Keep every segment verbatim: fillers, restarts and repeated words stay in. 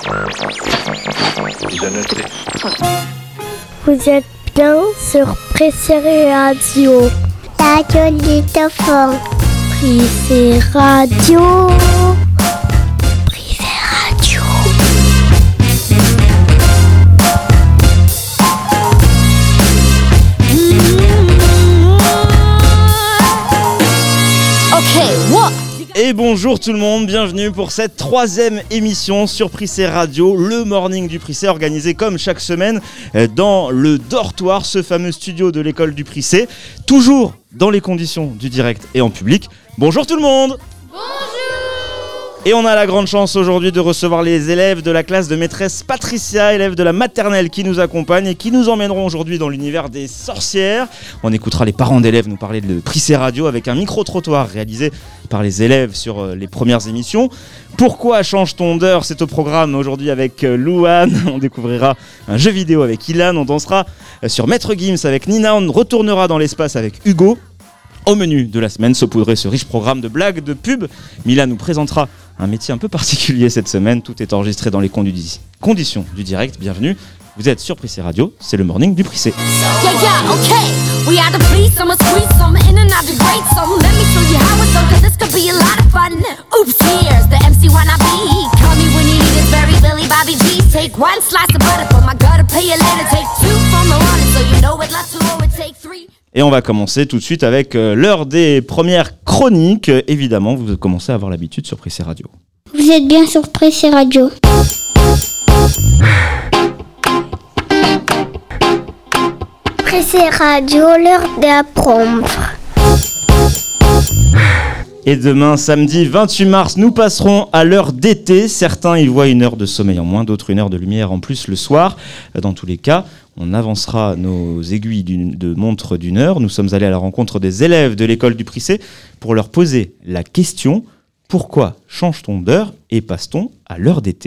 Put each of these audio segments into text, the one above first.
Vous êtes bien sur Prissé Radio. Radio Ludophone. Prissé Radio. Prissé Radio. Ok, what? Et bonjour tout le monde, bienvenue pour cette troisième émission sur Prissé Radio, le morning du Prissé, organisé comme chaque semaine dans le dortoir, ce fameux studio de l'école du Prissé, toujours dans les conditions du direct et en public. Bonjour tout le monde. Bonjour. Et on a la grande chance aujourd'hui de recevoir les élèves de la classe de maîtresse Patricia, élèves de la maternelle qui nous accompagnent et qui nous emmèneront aujourd'hui dans l'univers des sorcières. On écoutera les parents d'élèves nous parler de Prissé Radio avec un micro-trottoir réalisé par les élèves sur les premières émissions. Pourquoi change-t-on d'heure ? C'est au programme aujourd'hui avec Louane. On découvrira un jeu vidéo avec Ilan. On dansera sur Maître Gims avec Nina. On retournera dans l'espace avec Hugo. Au menu de la semaine, saupoudrer ce riche programme de blagues, de pubs. Mila nous présentera un métier un peu particulier cette semaine. Tout est enregistré dans les condi- conditions du direct. Bienvenue. Vous êtes sur Prissé Radio. C'est le morning du Prissé. Yeah, yeah, okay. We are the police, I'ma squeeze some in and out the great some. Let me show you how it's done, cause this could be a lot of fun. Oops, here's the M C wanna be. Call me when you need it, very Billy Bobby G. Take one slice of butter from my gutter, pay you later. Take two from the wallet, so you know it, lot to owe it, take three. Et on va commencer tout de suite avec euh, l'heure des premières chroniques. Euh, évidemment, vous commencez à avoir l'habitude sur Prissé Radio. Vous êtes bien sur Prissé Radio. Prissé Radio, l'heure d'apprendre. Et demain, samedi vingt-huit mars, nous passerons à l'heure d'été. Certains y voient une heure de sommeil en moins, d'autres une heure de lumière en plus le soir. Dans tous les cas, on avancera nos aiguilles d'une, de montre d'une heure. Nous sommes allés à la rencontre des élèves de l'école du Prissé pour leur poser la question: pourquoi change-t-on d'heure et passe-t-on à l'heure d'été ?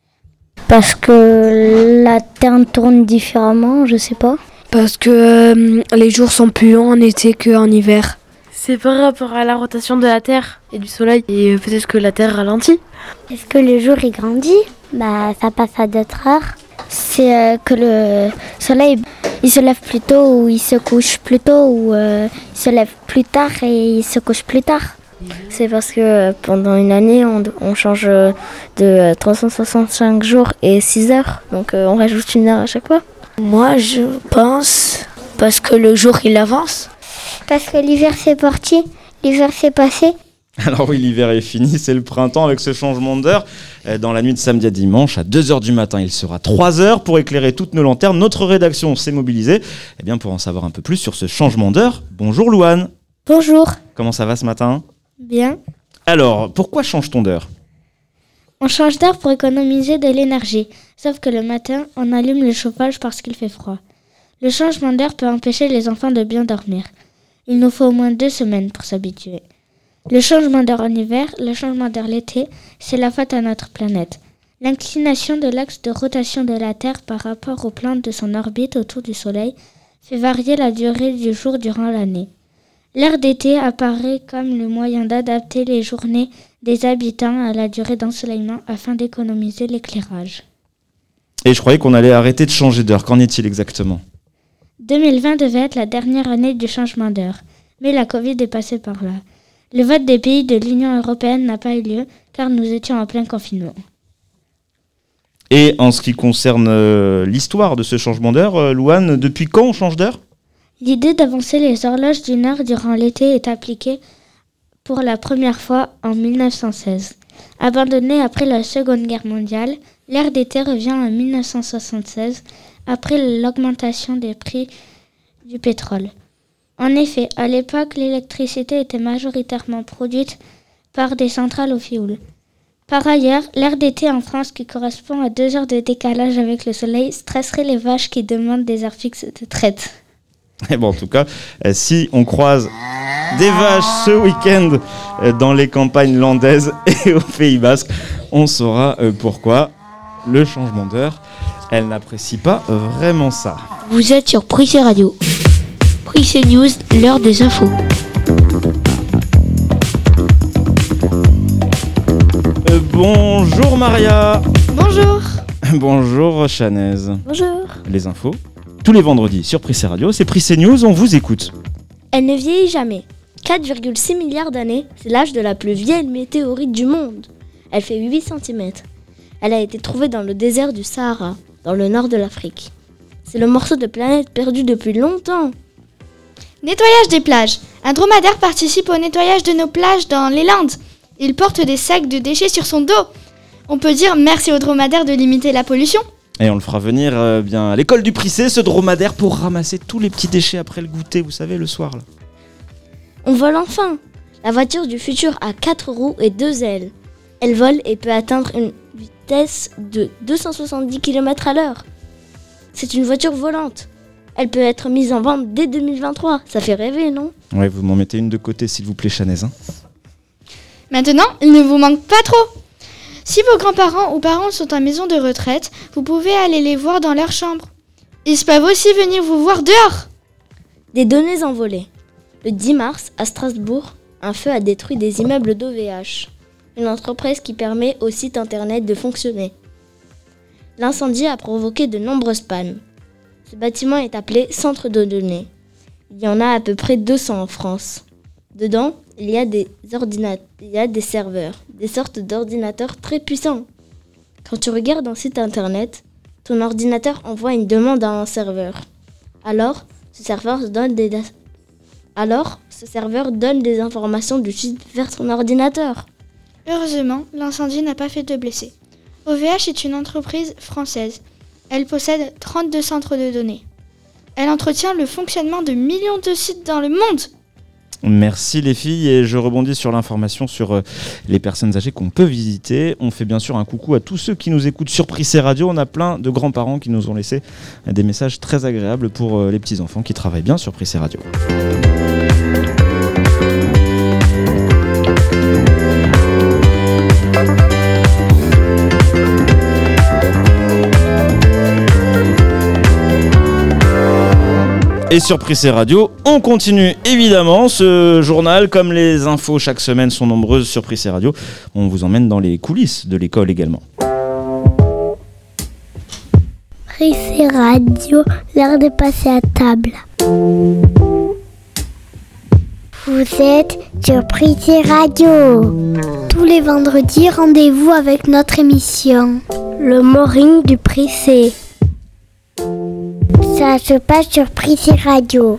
Parce que la Terre tourne différemment, je sais pas. Parce que euh, les jours sont plus longs en été qu'en hiver. C'est par rapport à la rotation de la Terre et du Soleil. Et peut-être que la Terre ralentit. Est-ce que le jour il grandit ? Bah ça passe à d'autres heures. C'est euh, que le Soleil il se lève plus tôt ou il se couche plus tôt ou euh, il se lève plus tard et il se couche plus tard. C'est parce que pendant une année, on, on change de trois cent soixante-cinq jours et six heures. Donc on rajoute une heure à chaque fois. Moi, je pense parce que le jour, il avance. Parce que l'hiver, c'est parti. L'hiver, c'est passé. Alors oui, l'hiver est fini, c'est le printemps avec ce changement d'heure. Dans la nuit de samedi à dimanche, à deux heures du matin, il sera trois heures pour éclairer toutes nos lanternes. Notre rédaction s'est mobilisée eh bien, pour en savoir un peu plus sur ce changement d'heure. Bonjour Louane. Bonjour. Comment ça va ce matin ? Bien. Alors, pourquoi change-t-on d'heure ? On change d'heure pour économiser de l'énergie. Sauf que le matin, on allume le chauffage parce qu'il fait froid. Le changement d'heure peut empêcher les enfants de bien dormir. Il nous faut au moins deux semaines pour s'habituer. Le changement d'heure en hiver, le changement d'heure l'été, c'est la faute à notre planète. L'inclination de l'axe de rotation de la Terre par rapport au plan de son orbite autour du Soleil fait varier la durée du jour durant l'année. L'heure d'été apparaît comme le moyen d'adapter les journées des habitants à la durée d'ensoleillement afin d'économiser l'éclairage. Et je croyais qu'on allait arrêter de changer d'heure. Qu'en est-il exactement ? deux mille vingt devait être la dernière année du changement d'heure, mais la Covid est passée par là. Le vote des pays de l'Union européenne n'a pas eu lieu car nous étions en plein confinement. Et en ce qui concerne euh, l'histoire de ce changement d'heure, euh, Louane, depuis quand on change d'heure ? L'idée d'avancer les horloges d'une heure durant l'été est appliquée pour la première fois en mille neuf cent seize. Abandonnée après la Seconde Guerre mondiale, l'heure d'été revient en mille neuf cent soixante-seize après l'augmentation des prix du pétrole. En effet, à l'époque, l'électricité était majoritairement produite par des centrales au fioul. Par ailleurs, l'heure d'été en France, qui correspond à deux heures de décalage avec le soleil, stresserait les vaches qui demandent des heures fixes de traite. Et bon, en tout cas, euh, si on croise des vaches ce week-end euh, dans les campagnes landaises et au Pays Basque, on saura euh, pourquoi le changement d'heure, elle n'apprécie pas vraiment ça. Vous êtes sur Prissé Radio. Prissé News, l'heure des infos. Euh, bonjour Maria. Bonjour. Bonjour. Bonjour Chanaise. Bonjour. Les infos, tous les vendredis sur Prissé Radio, c'est Prissé News, on vous écoute. Elle ne vieillit jamais. quatre virgule six milliards d'années, c'est l'âge de la plus vieille météorite du monde. Elle fait huit centimètres. Elle a été trouvée dans le désert du Sahara, dans le nord de l'Afrique. C'est le morceau de planète perdu depuis longtemps. Nettoyage des plages. Un dromadaire participe au nettoyage de nos plages dans les Landes. Il porte des sacs de déchets sur son dos. On peut dire merci au dromadaire de limiter la pollution. Et on le fera venir euh, bien à l'école du Prissé, ce dromadaire, pour ramasser tous les petits déchets après le goûter, vous savez, le soir. Là. On vole enfin. La voiture du futur a quatre roues et deux ailes. Elle vole et peut atteindre une vitesse de deux cent soixante-dix kilomètres à l'heure. C'est une voiture volante. Elle peut être mise en vente dès deux mille vingt-trois. Ça fait rêver, non ? Ouais, vous m'en mettez une de côté, s'il vous plaît, Chanaise. Hein. Maintenant, il ne vous manque pas trop. Si vos grands-parents ou parents sont en maison de retraite, vous pouvez aller les voir dans leur chambre. Ils peuvent aussi venir vous voir dehors. Des données envolées. Le dix mars, à Strasbourg, un feu a détruit des immeubles d'O V H, une entreprise qui permet au site internet de fonctionner. L'incendie a provoqué de nombreuses pannes. Ce bâtiment est appelé Centre de données. Il y en a à peu près deux cents en France. Dedans, il y a des ordinateurs, il y a des serveurs, des sortes d'ordinateurs très puissants. Quand tu regardes un site internet, ton ordinateur envoie une demande à un serveur. Alors, ce serveur donne des, Alors, ce serveur donne des informations du site vers ton ordinateur. Heureusement, l'incendie n'a pas fait de blessés. O V H est une entreprise française. Elle possède trente-deux centres de données. Elle entretient le fonctionnement de millions de sites dans le monde. Merci les filles, et je rebondis sur l'information sur euh, les personnes âgées qu'on peut visiter. On fait bien sûr un coucou à tous ceux qui nous écoutent sur Prissé Radio. On a plein de grands-parents qui nous ont laissé euh, des messages très agréables pour euh, les petits-enfants qui travaillent bien sur Prissé Radio. Et sur Prissé Radio, on continue évidemment ce journal. Comme les infos chaque semaine sont nombreuses sur Prissé Radio, on vous emmène dans les coulisses de l'école également. Prissé Radio, l'heure de passer à table. Vous êtes sur Prissé Radio. Tous les vendredis, rendez-vous avec notre émission, le Morning du Prissé. Ça se passe sur Prissé Radio.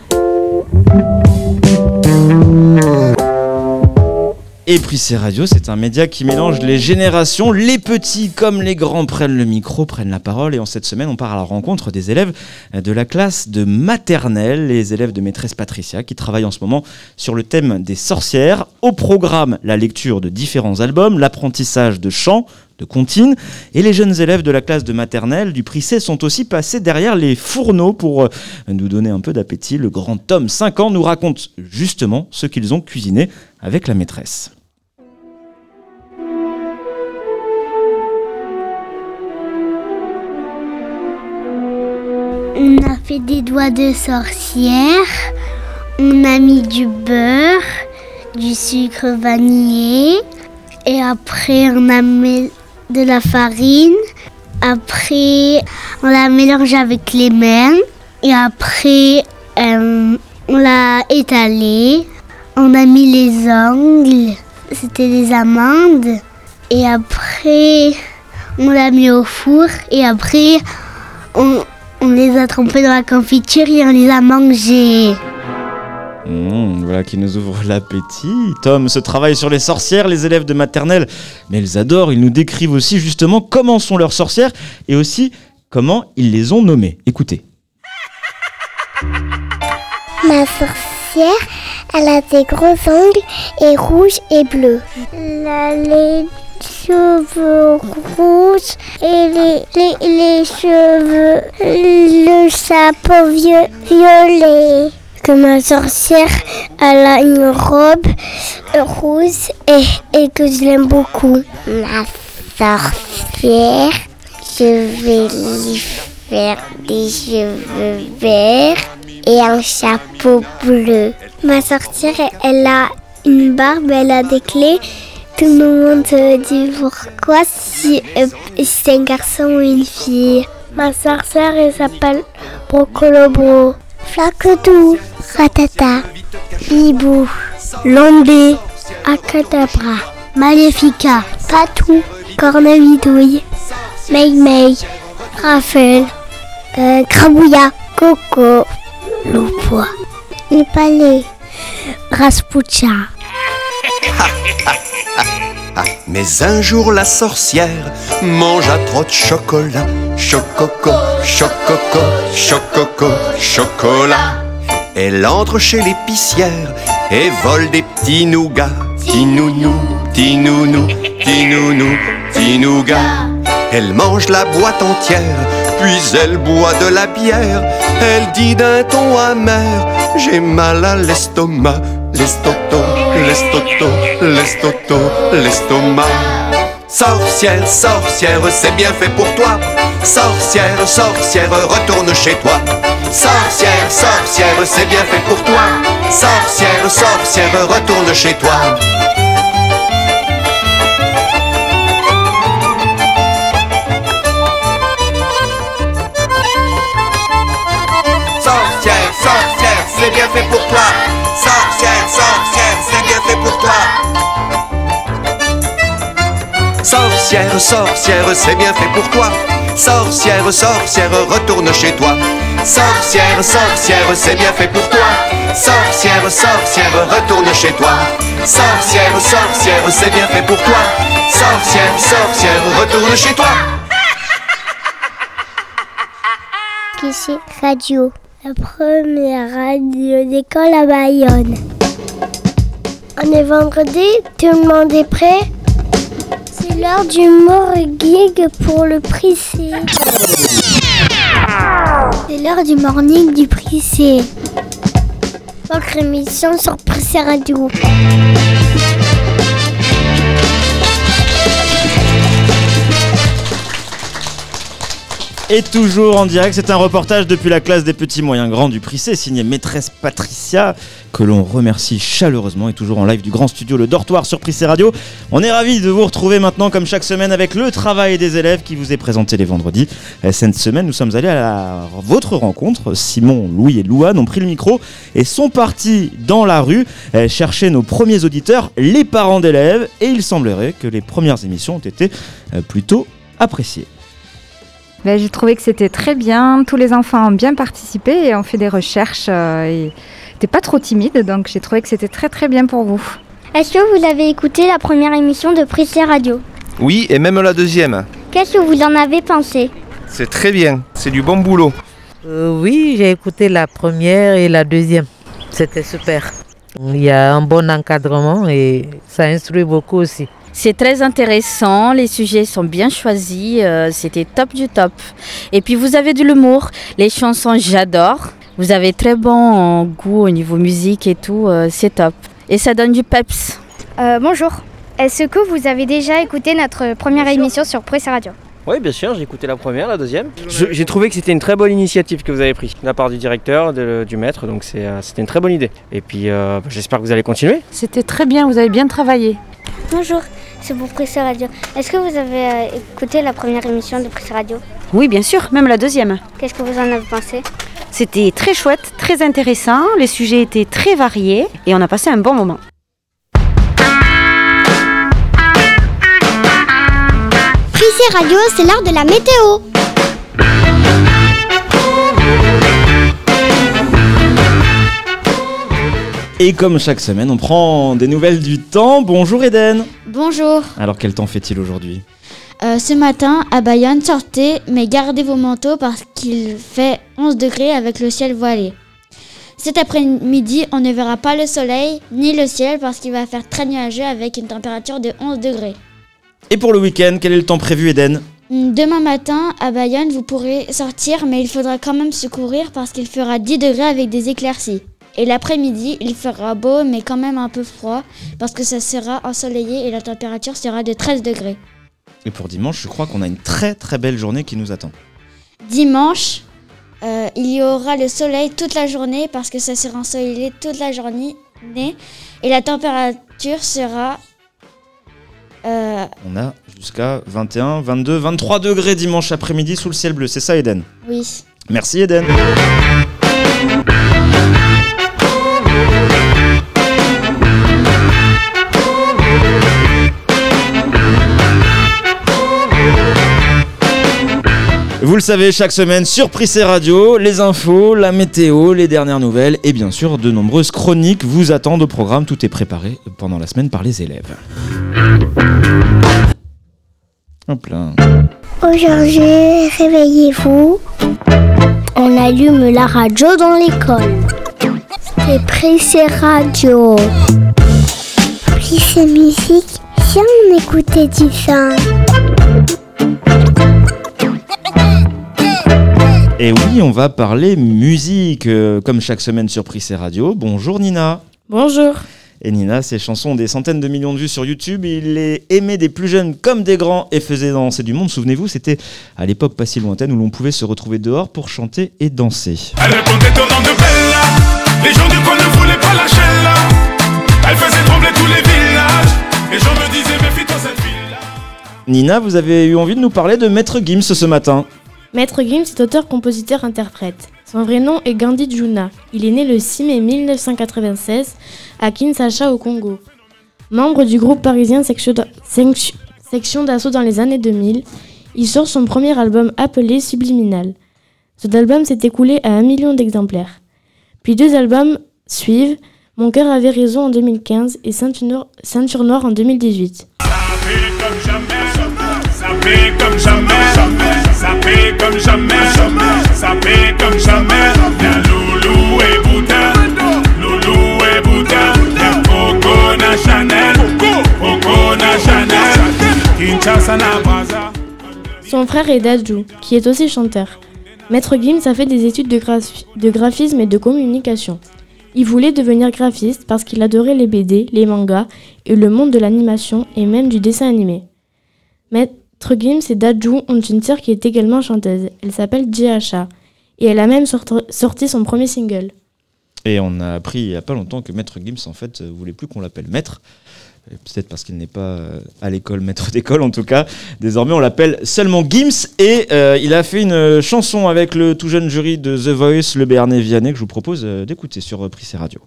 Et Prissé Radio, c'est un média qui mélange les générations. Les petits comme les grands prennent le micro, prennent la parole. Et en cette semaine, on part à la rencontre des élèves de la classe de maternelle, les élèves de maîtresse Patricia, qui travaillent en ce moment sur le thème des sorcières. Au programme, la lecture de différents albums, l'apprentissage de chant, de comptines. Et les jeunes élèves de la classe de maternelle du Prissé sont aussi passés derrière les fourneaux pour nous donner un peu d'appétit. Le grand Tom, cinq ans, nous raconte justement ce qu'ils ont cuisiné avec la maîtresse. On a fait des doigts de sorcière, on a mis du beurre, du sucre vanillé, et après on a mis de la farine, après on l'a mélangé avec les mains, et après euh, on l'a étalé, on a mis les ongles, c'était des amandes, et après on l'a mis au four, et après on... On les a trempés dans la confiture et on les a mangés. Mmh, voilà qui nous ouvre l'appétit. Tom se travaille sur les sorcières, les élèves de maternelle, mais ils adorent, ils nous décrivent aussi justement comment sont leurs sorcières et aussi comment ils les ont nommées. Écoutez. Ma sorcière, elle a des gros ongles et rouges et bleus. Elle a les cheveux rouges et les, les, les cheveux, le chapeau vieux, violet. Que ma sorcière, elle a une robe rouge et, et que je l'aime beaucoup. Ma sorcière, je vais lui faire des cheveux verts et un chapeau bleu. Ma sorcière, elle a une barbe, elle a des clés. Tout le monde dit pourquoi si, et si c'est un garçon ou une fille. Ma sorcière, elle s'appelle Brocolobro. Flacodou, Ratata, Bibou, Londé, Acadabra, Maléfica, Patou, Cornevidouille, Mei Mei, Raphaël, euh, Crabouilla, Coco, Loupois, Népalais, Rasputia. Mais un jour la sorcière mangea trop de chocolat. Chococo, chococo, chococo, chocolat. Elle entre chez l'épicière et vole des petits nougats. Petits nounous, petits nounous, petits nounous, petits nougats. Elle mange la boîte entière, puis elle boit de la bière. Elle dit d'un ton amer: j'ai mal à l'estomac. L'estoto, l'estoto, l'estoto, l'estomac. Sorcière, sorcière, c'est bien fait pour toi. Sorcière, sorcière, retourne chez toi. Sorcière, sorcière, c'est bien fait pour toi. Sorcière, sorcière, retourne chez toi. Sorcière, sorcière, c'est bien fait pour toi. Sorcière, sorcière, c'est bien fait pour toi. Sorcière, sorcière, c'est bien fait pour toi. Sorcière, sorcière, retourne chez toi. Sorcière, sorcière, c'est bien fait pour toi. Sorcière, sorcière, retourne chez toi. Sorcière, sorcière, c'est bien fait pour toi. Sorcière, sorcière, retourne chez toi. Ici, radio. La première radio d'école à Bayonne. On est vendredi, tout le monde est prêt? C'est l'heure du morning pour le prix C. C'est l'heure du morning du prix C. Votre émission sur Prix C Radio. Et toujours en direct, c'est un reportage depuis la classe des petits moyens grands du Prix C, signé maîtresse Patricia, que l'on remercie chaleureusement, et toujours en live du grand studio Le Dortoir sur Prix C Radio. On est ravis de vous retrouver maintenant comme chaque semaine avec le travail des élèves qui vous est présenté les vendredis. Cette semaine, nous sommes allés à la... votre rencontre. Simon, Louis et Louane ont pris le micro et sont partis dans la rue chercher nos premiers auditeurs, les parents d'élèves, et il semblerait que les premières émissions ont été plutôt appréciées. Ben, j'ai trouvé que c'était très bien, tous les enfants ont bien participé et ont fait des recherches euh, et t'es pas trop timide, donc j'ai trouvé que c'était très très bien pour vous. Est-ce que vous avez écouté la première émission de Prix C Radio? Oui, et même la deuxième. Qu'est-ce que vous en avez pensé? C'est très bien, c'est du bon boulot. Euh, oui, j'ai écouté la première et la deuxième, c'était super. Il y a un bon encadrement et ça instruit beaucoup aussi. C'est très intéressant, les sujets sont bien choisis, euh, c'était top du top. Et puis vous avez de l'humour, les chansons j'adore. Vous avez très bon goût au niveau musique et tout, euh, c'est top. Et ça donne du peps. Euh, bonjour, est-ce que vous avez déjà écouté notre première émission sur Prix C Radio? Oui, bien sûr, j'ai écouté la première, la deuxième. Je, j'ai trouvé que c'était une très bonne initiative que vous avez prise de la part du directeur, de, du maître, donc c'est, euh, c'était une très bonne idée. Et puis euh, j'espère que vous allez continuer. C'était très bien, vous avez bien travaillé. Bonjour, c'est pour Prix C Radio. Est-ce que vous avez euh, écouté la première émission de Prix C Radio? Oui, bien sûr, même la deuxième. Qu'est-ce que vous en avez pensé? C'était très chouette, très intéressant, les sujets étaient très variés et on a passé un bon moment. Prix C Radio, c'est l'heure de la météo. Et comme chaque semaine, on prend des nouvelles du temps. Bonjour Eden. Bonjour. Alors quel temps fait-il aujourd'hui ? euh, Ce matin, à Bayonne, sortez, mais gardez vos manteaux parce qu'il fait onze degrés avec le ciel voilé. Cet après-midi, on ne verra pas le soleil ni le ciel parce qu'il va faire très nuageux avec une température de onze degrés. Et pour le week-end, quel est le temps prévu Eden ? Demain matin, à Bayonne, vous pourrez sortir, mais il faudra quand même se couvrir parce qu'il fera dix degrés avec des éclaircies. Et l'après-midi, il fera beau, mais quand même un peu froid, parce que ça sera ensoleillé et la température sera de treize degrés. Et pour dimanche, je crois qu'on a une très très belle journée qui nous attend. Dimanche, euh, il y aura le soleil toute la journée, parce que ça sera ensoleillé toute la journée, et la température sera Euh, On a jusqu'à vingt et un, vingt-deux, vingt-trois degrés dimanche après-midi sous le ciel bleu. C'est ça, Eden? Oui. Merci, Eden. Vous le savez, chaque semaine sur Prissé Radio, les infos, la météo, les dernières nouvelles et bien sûr de nombreuses chroniques vous attendent au programme. Tout est préparé pendant la semaine par les élèves. Hop là. Aujourd'hui, réveillez-vous. On allume la radio dans l'école. C'est Prissé Radio. Prissé Musique, si on écoutait du ça. Et oui, on va parler musique, euh, comme chaque semaine sur Prissé Radio. Bonjour Nina. Bonjour. Et Nina, ses chansons ont des centaines de millions de vues sur YouTube. Il les aimait des plus jeunes comme des grands et faisait danser du monde. Souvenez-vous, c'était à l'époque pas si lointaine où l'on pouvait se retrouver dehors pour chanter et danser. Elle répondait au nom de Bella. Les gens du coin ne voulaient pas lâcher là. Elle faisait trembler tous les villages. Les gens me disaient méfie-toi cette ville-là. Nina, vous avez eu envie de nous parler de Maître Gims ce matin. Maître Gims est auteur, compositeur, interprète. Son vrai nom est Gandhi Djuna. Il est né le six mai mille neuf cent quatre-vingt-seize à Kinshasa au Congo. Membre du groupe parisien Section d'A- Section d'Assaut dans les années deux mille, il sort son premier album appelé Subliminal. Cet album s'est écoulé à un million d'exemplaires. Puis deux albums suivent, Mon cœur avait raison en deux mille quinze et Ceinture Noire, Ceinture Noire en deux mille dix-huit. Ça paie comme jamais, ça paie comme jamais, ça paie comme jamais. Y'a Loulou et Bouddha, Loulou et Bouddha. Y'a Coco na Chanel, Coco na Chanel. Kinshasa na Braza. Son frère est Dadju, qui est aussi chanteur. Maître Gims a fait des études de, graph- de graphisme et de communication. Il voulait devenir graphiste parce qu'il adorait les B D, les mangas et le monde de l'animation et même du dessin animé. Maître Gims et Dadju ont une sœur qui est également chanteuse. Elle s'appelle Jiasha et elle a même sorti, sorti son premier single. Et on a appris il n'y a pas longtemps que Maître Gims en fait voulait plus qu'on l'appelle maître. Peut-être parce qu'il n'est pas à l'école, maître d'école en tout cas. Désormais on l'appelle seulement Gims et euh, il a fait une chanson avec le tout jeune jury de The Voice, le Béarnais Vianney, que je vous propose d'écouter sur Prissé Radio.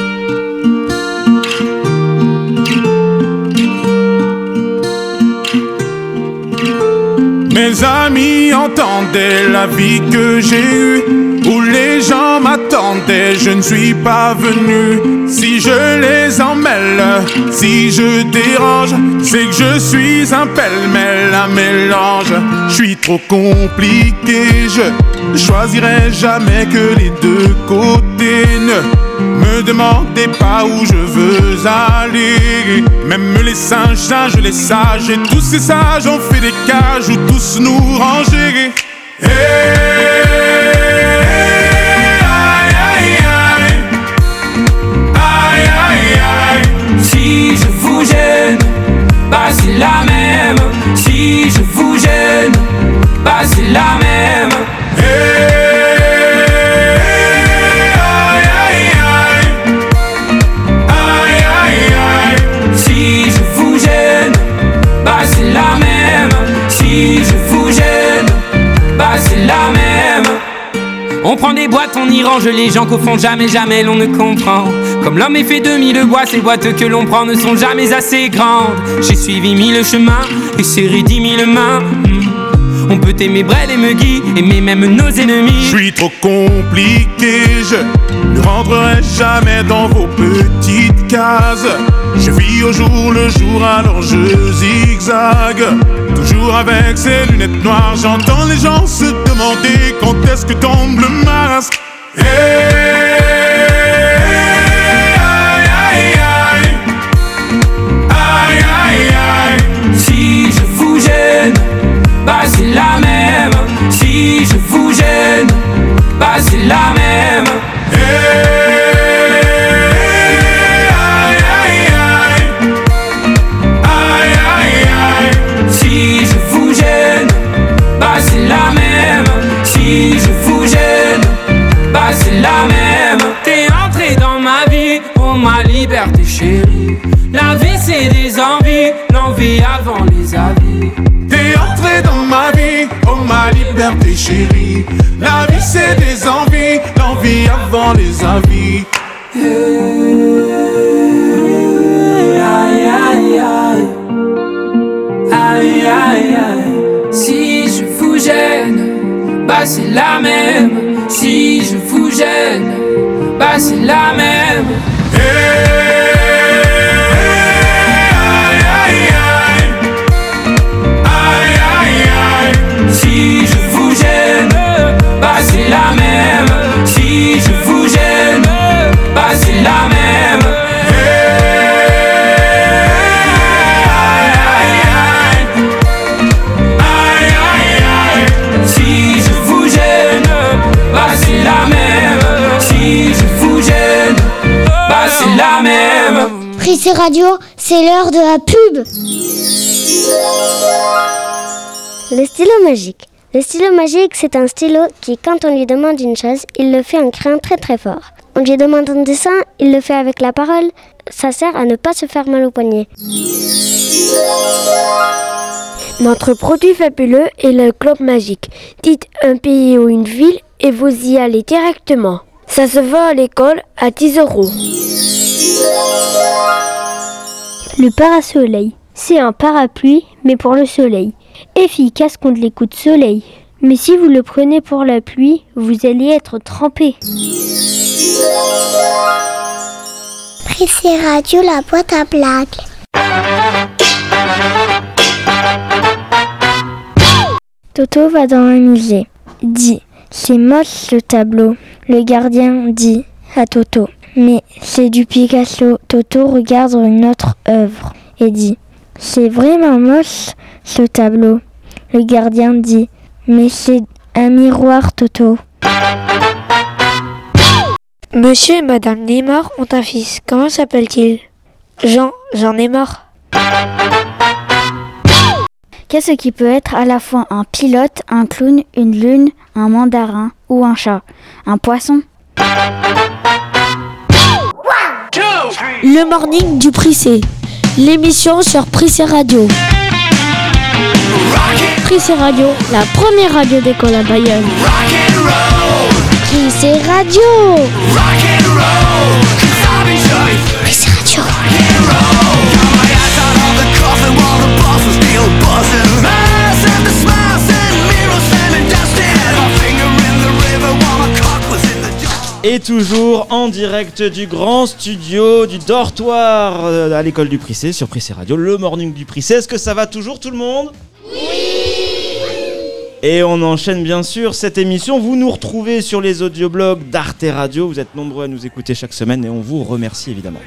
Mes amis entendaient la vie que j'ai eue, où les gens m'attendaient, je ne suis pas venu. Si je les emmêle, si je dérange, c'est que je suis un pêle-mêle, un mélange. Je suis trop compliqué, je choisirai jamais que les deux côtés. Ne me demandez pas où je veux aller. Même les singes, singes, les sages, et tous ces sages ont fait des cages où tous nous ranger. Hey, aïe, aïe, aïe. Aïe, aïe, aïe. Si je vous gêne, bah c'est la même. Si je vous gêne, bah c'est la même. Hey. On prend des boîtes, on y range les gens qu'au fond jamais, jamais l'on ne comprend. Comme l'homme est fait de mille bois, ces boîtes que l'on prend ne sont jamais assez grandes. J'ai suivi mille chemins et serré dix mille mains. On peut aimer Brel et Megui, aimer même nos ennemis. Je suis trop compliqué, je ne rentrerai jamais dans vos petites cases. Je vis au jour le jour, alors je zigzague. Toujours avec ces lunettes noires, j'entends les gens se demander quand est-ce que tombe le masque. Hey, aïe, aïe, aïe. Aïe, aïe, aïe. Si je vous gêne, bah c'est la même. Si je vous gêne, bah c'est la même. Hey. C'est la même. T'es entré dans ma vie pour ma liberté chérie. La vie c'est des envies, l'envie liberté chérie. La vie c'est des envies, l'envie avant les avis. Aïe aïe aïe. Aïe aïe aïe. Si je vous gêne, bah c'est la même. Si je vous gêne, bah c'est la même. Si je vous gêne, bah c'est la même. Si je vous gêne, bah c'est la même. Si je vous gêne, bah c'est la même. Si je vous gêne, bah c'est la même. Prissé Radio, c'est l'heure de la pub. Le stylo magique. Le stylo magique, c'est un stylo qui, quand on lui demande une chose, il le fait en criant très très fort. On lui demande un dessin, il le fait avec la parole. Ça sert à ne pas se faire mal au poignet. Notre produit fabuleux est le globe magique. Dites un pays ou une ville et vous y allez directement. Ça se vend à l'école à dix euros. Le parasoleil, c'est un parapluie mais pour le soleil. Efficace contre les coups de soleil. Mais si vous le prenez pour la pluie, vous allez être trempé. Prissé Radio, la boîte à blagues. Toto va dans un musée. Dit, c'est moche le tableau. Le gardien dit à Toto, mais c'est du Picasso. Toto regarde une autre œuvre et dit, c'est vraiment moche ce tableau. Le gardien dit, mais c'est un miroir, Toto. Monsieur et Madame Neymar ont un fils. Comment s'appelle-t-il? Jean, Jean Neymar. Qu'est-ce qui peut être à la fois un pilote, un clown, une lune, un mandarin ou un chat? Un poisson? Le morning du Prissé. L'émission sur Prissé Radio. Prissé Radio, la première radio d'école à Bayonne. Prissé Radio. Prissé Radio. Et toujours en direct du grand studio, du dortoir à l'école du Prissé, sur Prissé Radio, le morning du Prissé. Est-ce que ça va toujours tout le monde ? Oui ! Et on enchaîne bien sûr cette émission. Vous nous retrouvez sur les audioblogs d'Arte Radio. Vous êtes nombreux à nous écouter chaque semaine et on vous remercie évidemment.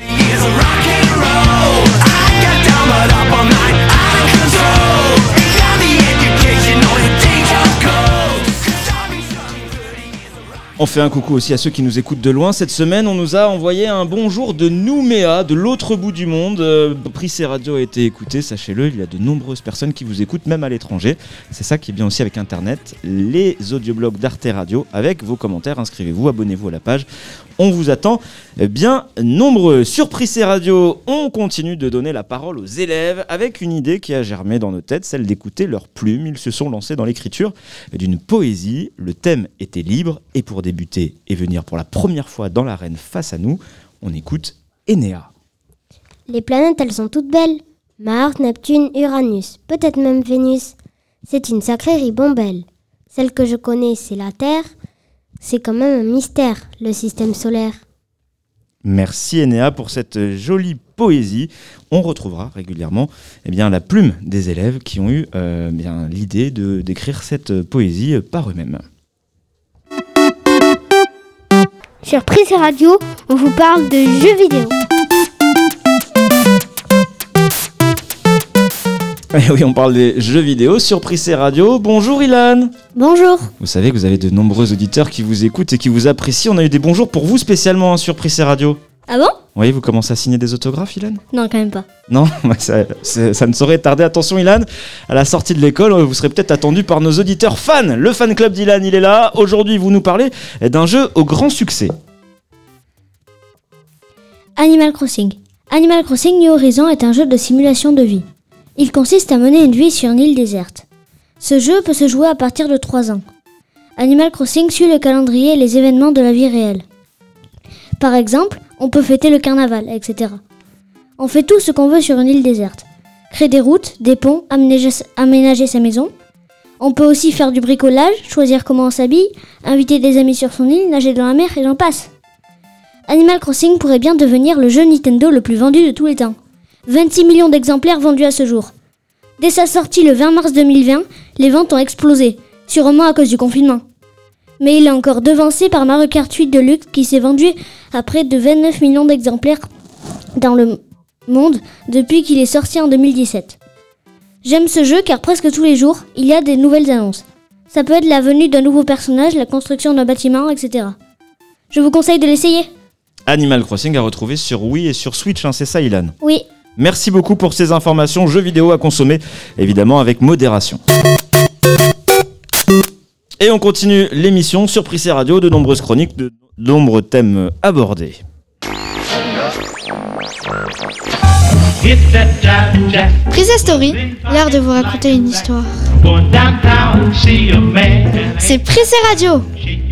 On fait un coucou aussi à ceux qui nous écoutent de loin. Cette semaine, on nous a envoyé un bonjour de Nouméa, de l'autre bout du monde. Euh, Prissé Radio a été écouté, sachez-le, il y a de nombreuses personnes qui vous écoutent, même à l'étranger. C'est ça qui est bien aussi avec Internet, les audioblogs d'Arte Radio, avec vos commentaires. Inscrivez-vous, abonnez-vous à la page. On vous attend bien nombreux. Sur Prissé Radio, on continue de donner la parole aux élèves avec une idée qui a germé dans nos têtes, celle d'écouter leurs plumes. Ils se sont lancés dans l'écriture d'une poésie. Le thème était libre et pour débuter et venir pour la première fois dans l'arène face à nous, on écoute Enéa. Les planètes, elles sont toutes belles. Mars, Neptune, Uranus, peut-être même Vénus. C'est une sacrée ribambelle. Celle que je connais, c'est la Terre. C'est quand même un mystère, le système solaire. Merci Enéa pour cette jolie poésie. On retrouvera régulièrement eh bien, la plume des élèves qui ont eu euh, bien, l'idée de, d'écrire cette poésie par eux-mêmes. Sur Prissé Radio, on vous parle de jeux vidéo. Et oui, on parle des jeux vidéo sur Prissé Radio. Bonjour Ilan. Bonjour. Vous savez que vous avez de nombreux auditeurs qui vous écoutent et qui vous apprécient. On a eu des bonjours pour vous spécialement hein, sur Prissé Radio. Ah bon ? Oui, vous commencez à signer des autographes, Ilan ? Non, quand même pas. Non, ça, ça ne saurait tarder. Attention Ilan, à la sortie de l'école, vous serez peut-être attendu par nos auditeurs fans. Le fan club d'Ilan, il est là. Aujourd'hui, vous nous parlez d'un jeu au grand succès. Animal Crossing. Animal Crossing New Horizons est un jeu de simulation de vie. Il consiste à mener une vie sur une île déserte. Ce jeu peut se jouer à partir de trois ans. Animal Crossing suit le calendrier et les événements de la vie réelle. Par exemple, on peut fêter le carnaval, et cetera. On fait tout ce qu'on veut sur une île déserte. Créer des routes, des ponts, aménager, aménager sa maison. On peut aussi faire du bricolage, choisir comment on s'habille, inviter des amis sur son île, nager dans la mer et j'en passe. Animal Crossing pourrait bien devenir le jeu Nintendo le plus vendu de tous les temps. vingt-six millions d'exemplaires vendus à ce jour. Dès sa sortie le vingt mars deux mille vingt, les ventes ont explosé, sûrement à cause du confinement. Mais il est encore devancé par Mario Kart huit Deluxe qui s'est vendu à près de vingt-neuf millions d'exemplaires dans le monde depuis qu'il est sorti en deux mille dix-sept. J'aime ce jeu car presque tous les jours, il y a des nouvelles annonces. Ça peut être la venue d'un nouveau personnage, la construction d'un bâtiment, et cetera. Je vous conseille de l'essayer. Animal Crossing à retrouver sur Wii et sur Switch, hein, c'est ça Ilan ? Oui. Merci beaucoup pour ces informations, jeux vidéo à consommer, évidemment avec modération. Et on continue l'émission sur Prissé Radio, de nombreuses chroniques, de nombreux thèmes abordés. Prissé Story, l'heure de vous raconter une histoire. C'est Prissé Radio.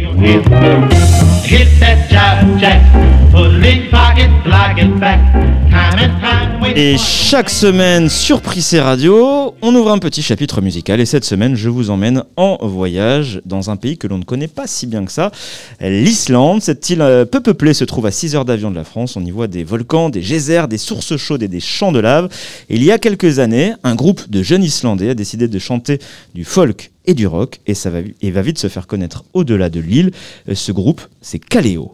Et chaque semaine sur Prissé Radio, on ouvre un petit chapitre musical et cette semaine je vous emmène en voyage dans un pays que l'on ne connaît pas si bien que ça, l'Islande. Cette île peu peuplée se trouve à six heures d'avion de la France. On y voit des volcans, des geysers, des sources chaudes et des champs de lave. Et il y a quelques années, un groupe de jeunes Islandais a décidé de chanter du folk et du rock et ça va, et va vite se faire connaître au-delà de l'île. Ce groupe, c'est Kaleo.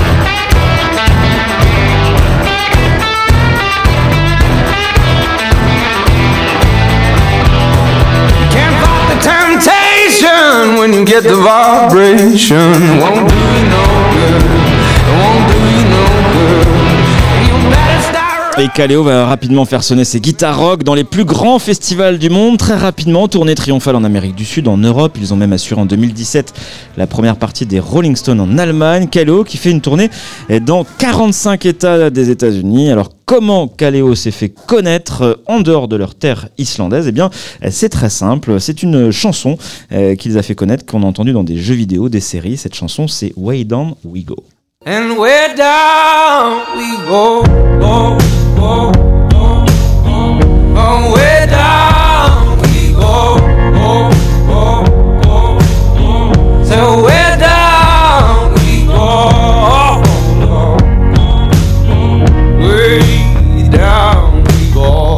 Temptation when you get the vibration won't do you no good, won't do you no good. You better start. Et Kaleo va rapidement faire sonner ses guitares rock dans les plus grands festivals du monde. Très rapidement, tournée triomphale en Amérique du Sud, en Europe. Ils ont même assuré en deux mille dix-sept la première partie des Rolling Stones en Allemagne. Kaleo qui fait une tournée dans quarante-cinq États des États-Unis. Alors comment Kaleo s'est fait connaître en dehors de leur terre islandaise ? Eh bien, c'est très simple. C'est une chanson euh, qu'ils a fait connaître, qu'on a entendue dans des jeux vidéo, des séries. Cette chanson, c'est Way Down We Go. And way down we go, go, go, go, go. Oh, way down we go, go, go, go, go. So way down we go, go, go, go. Way down we go.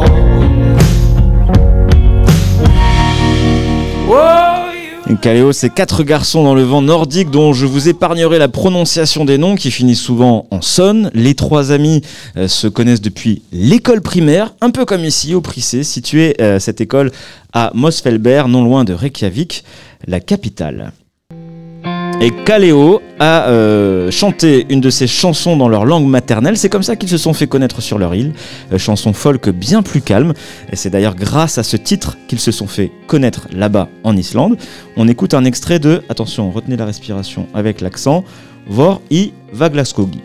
Whoa. Kaleo, c'est quatre garçons dans le vent nordique dont je vous épargnerai la prononciation des noms qui finissent souvent en son. Les trois amis euh, se connaissent depuis l'école primaire, un peu comme ici au Prissé, située euh, cette école à Mosfelberg, non loin de Reykjavik, la capitale. Et Kaleo a euh, chanté une de ses chansons dans leur langue maternelle. C'est comme ça qu'ils se sont fait connaître sur leur île. Euh, chanson folk bien plus calme. Et c'est d'ailleurs grâce à ce titre qu'ils se sont fait connaître là-bas en Islande. On écoute un extrait de, attention, retenez la respiration avec l'accent, Vor i Vaglaskogi.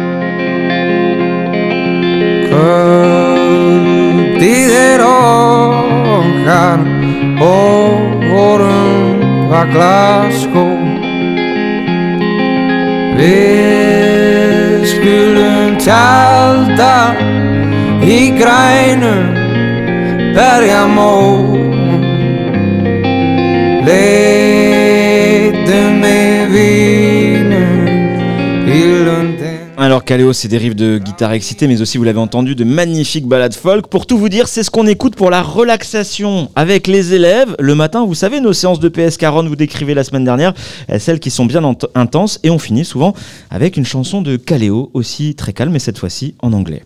Við skulum tjalda í grænum berjamó. Leitum með vínum í lundin. Alors Kaleo, c'est des riffs de guitare excitée, mais aussi, vous l'avez entendu, de magnifiques ballades folk. Pour tout vous dire, c'est ce qu'on écoute pour la relaxation avec les élèves. Le matin, vous savez, nos séances de P S Caron, vous décrivez la semaine dernière, celles qui sont bien ent- intenses. Et on finit souvent avec une chanson de Kaleo, aussi très calme, mais cette fois-ci en anglais.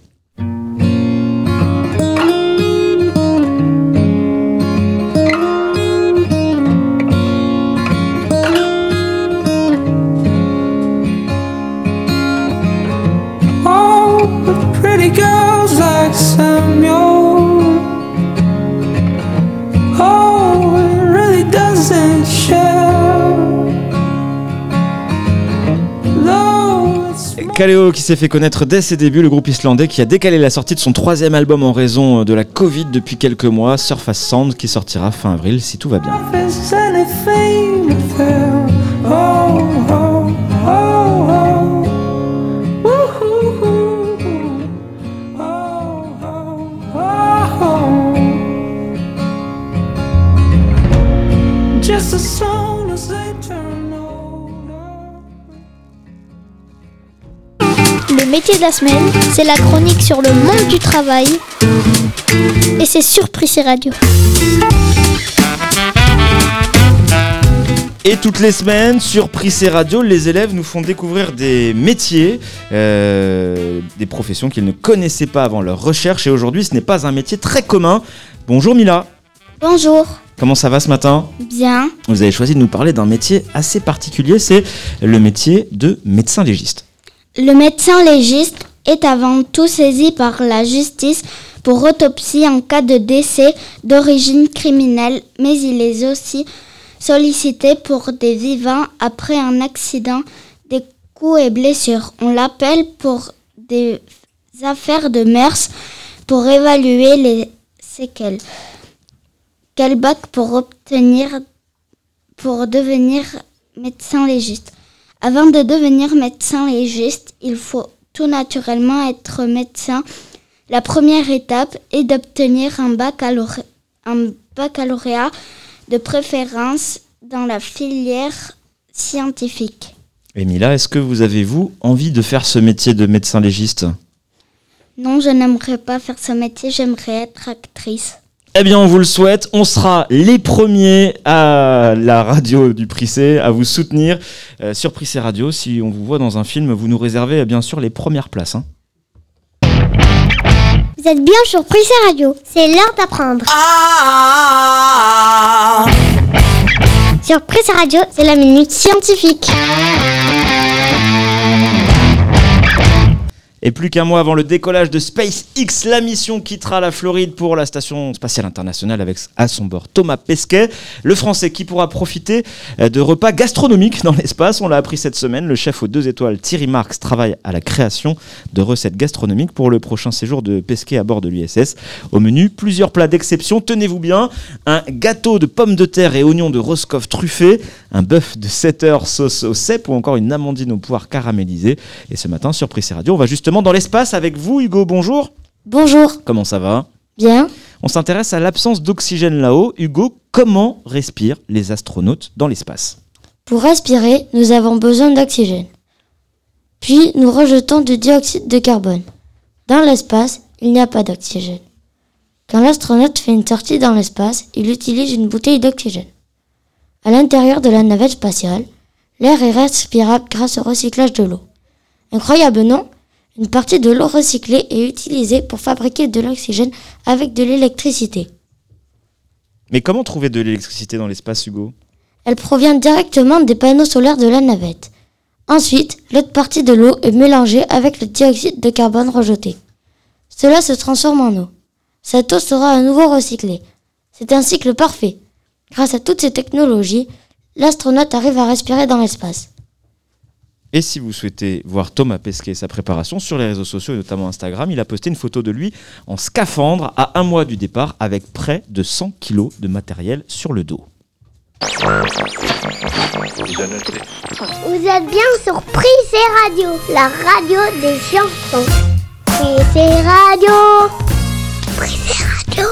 Girls like Samuel. Oh, it really doesn't show. Kaleo qui s'est fait connaître dès ses débuts, le groupe islandais qui a décalé la sortie de son troisième album en raison de la Covid depuis quelques mois, Surface Sound, qui sortira fin avril si tout va bien. Le métier de la semaine, c'est la chronique sur le monde du travail. Et c'est sur Prissé Radio. Et toutes les semaines, sur Prissé Radio, les élèves nous font découvrir des métiers, euh, des professions qu'ils ne connaissaient pas avant leur recherche. Et aujourd'hui, ce n'est pas un métier très commun. Bonjour Mila. Bonjour. Comment ça va ce matin ? Bien. Vous avez choisi de nous parler d'un métier assez particulier, c'est le métier de médecin légiste. Le médecin légiste est avant tout saisi par la justice pour autopsie en cas de décès d'origine criminelle, mais il est aussi sollicité pour des vivants après un accident, des coups et blessures. On l'appelle pour des affaires de mœurs, pour évaluer les séquelles. Quel bac pour obtenir, pour devenir médecin légiste? Avant de devenir médecin légiste, il faut tout naturellement être médecin. La première étape est d'obtenir un baccalauréat, un baccalauréat de préférence dans la filière scientifique. Et Mila, est-ce que vous avez, vous, envie de faire ce métier de médecin légiste ? Non, je n'aimerais pas faire ce métier, j'aimerais être actrice. Eh bien, on vous le souhaite. On sera les premiers à la radio du Prissé à vous soutenir euh, sur Prissé Radio. Si on vous voit dans un film, vous nous réservez bien sûr les premières places. Hein. Vous êtes bien sur Prissé Radio. C'est l'heure d'apprendre. Ah sur Prissé Radio, c'est la minute scientifique. Et plus qu'un mois avant le décollage de SpaceX, la mission quittera la Floride pour la station spatiale internationale avec à son bord Thomas Pesquet, le Français qui pourra profiter de repas gastronomiques dans l'espace. On l'a appris cette semaine, le chef aux deux étoiles Thierry Marx travaille à la création de recettes gastronomiques pour le prochain séjour de Pesquet à bord de l'U S S. Au menu, plusieurs plats d'exception, tenez-vous bien, un gâteau de pommes de terre et oignons de Roscoff truffés, un bœuf de sept heures sauce au cèpe ou encore une amandine au poire caramélisée. Et ce matin, sur Prissé Radio, on va justement dans l'espace avec vous, Hugo. Bonjour. Bonjour. Comment ça va ? Bien. On s'intéresse à l'absence d'oxygène là-haut. Hugo, comment respirent les astronautes dans l'espace ? Pour respirer, nous avons besoin d'oxygène. Puis nous rejetons du dioxyde de carbone. Dans l'espace, il n'y a pas d'oxygène. Quand l'astronaute fait une sortie dans l'espace, il utilise une bouteille d'oxygène. À l'intérieur de la navette spatiale, l'air est respirable grâce au recyclage de l'eau. Incroyable, non ? Une partie de l'eau recyclée est utilisée pour fabriquer de l'oxygène avec de l'électricité. Mais comment trouver de l'électricité dans l'espace, Hugo ? Elle provient directement des panneaux solaires de la navette. Ensuite, l'autre partie de l'eau est mélangée avec le dioxyde de carbone rejeté. Cela se transforme en eau. Cette eau sera à nouveau recyclée. C'est un cycle parfait. Grâce à toutes ces technologies, l'astronaute arrive à respirer dans l'espace. Et si vous souhaitez voir Thomas Pesquet et sa préparation sur les réseaux sociaux et notamment Instagram, il a posté une photo de lui en scaphandre à un mois du départ avec près de cent kilos de matériel sur le dos. Vous êtes bien sur Prissé Radio, la radio des chansons. Prissé Radio. Prissé Radio.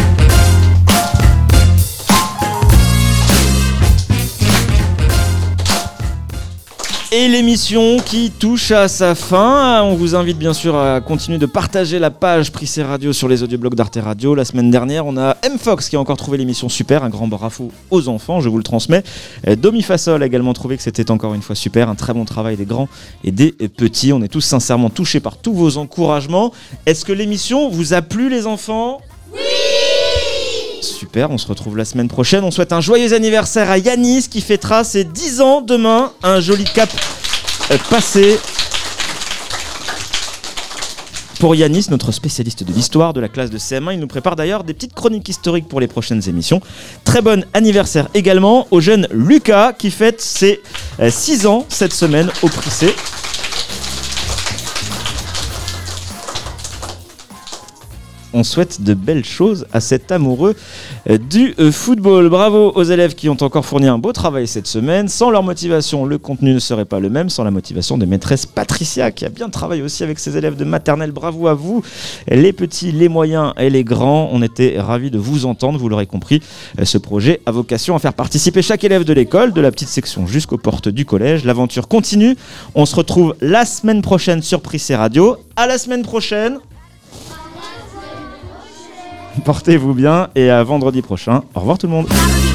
Et l'émission qui touche à sa fin, on vous invite bien sûr à continuer de partager la page Prissé Radio sur les audioblogs d'Arte Radio. La semaine dernière, on a M Fox qui a encore trouvé l'émission super, un grand bravo aux enfants, je vous le transmets. Domi Fassol a également trouvé que c'était encore une fois super, un très bon travail des grands et des petits. On est tous sincèrement touchés par tous vos encouragements. Est-ce que l'émission vous a plu, les enfants ? Oui ! Super, on se retrouve la semaine prochaine. On souhaite un joyeux anniversaire à Yanis qui fêtera ses dix ans demain. Un joli cap euh, passé pour Yanis, notre spécialiste de l'histoire de la classe de C M un. Il nous prépare d'ailleurs des petites chroniques historiques pour les prochaines émissions. Très bon anniversaire également au jeune Lucas qui fête ses euh, six ans cette semaine au Prissé. on souhaite de belles choses à cet amoureux du football. Bravo aux élèves qui ont encore fourni un beau travail cette semaine. Sans leur motivation, le contenu ne serait pas le même. Sans la motivation de maîtresse Patricia qui a bien travaillé aussi avec ses élèves de maternelle. Bravo à vous, les petits, les moyens et les grands. On était ravis de vous entendre, vous l'aurez compris. Ce projet a vocation à faire participer chaque élève de l'école, de la petite section jusqu'aux portes du collège. L'aventure continue. On se retrouve la semaine prochaine sur Prissé Radio. À la semaine prochaine. Portez-vous bien et à vendredi prochain. Au revoir tout le monde.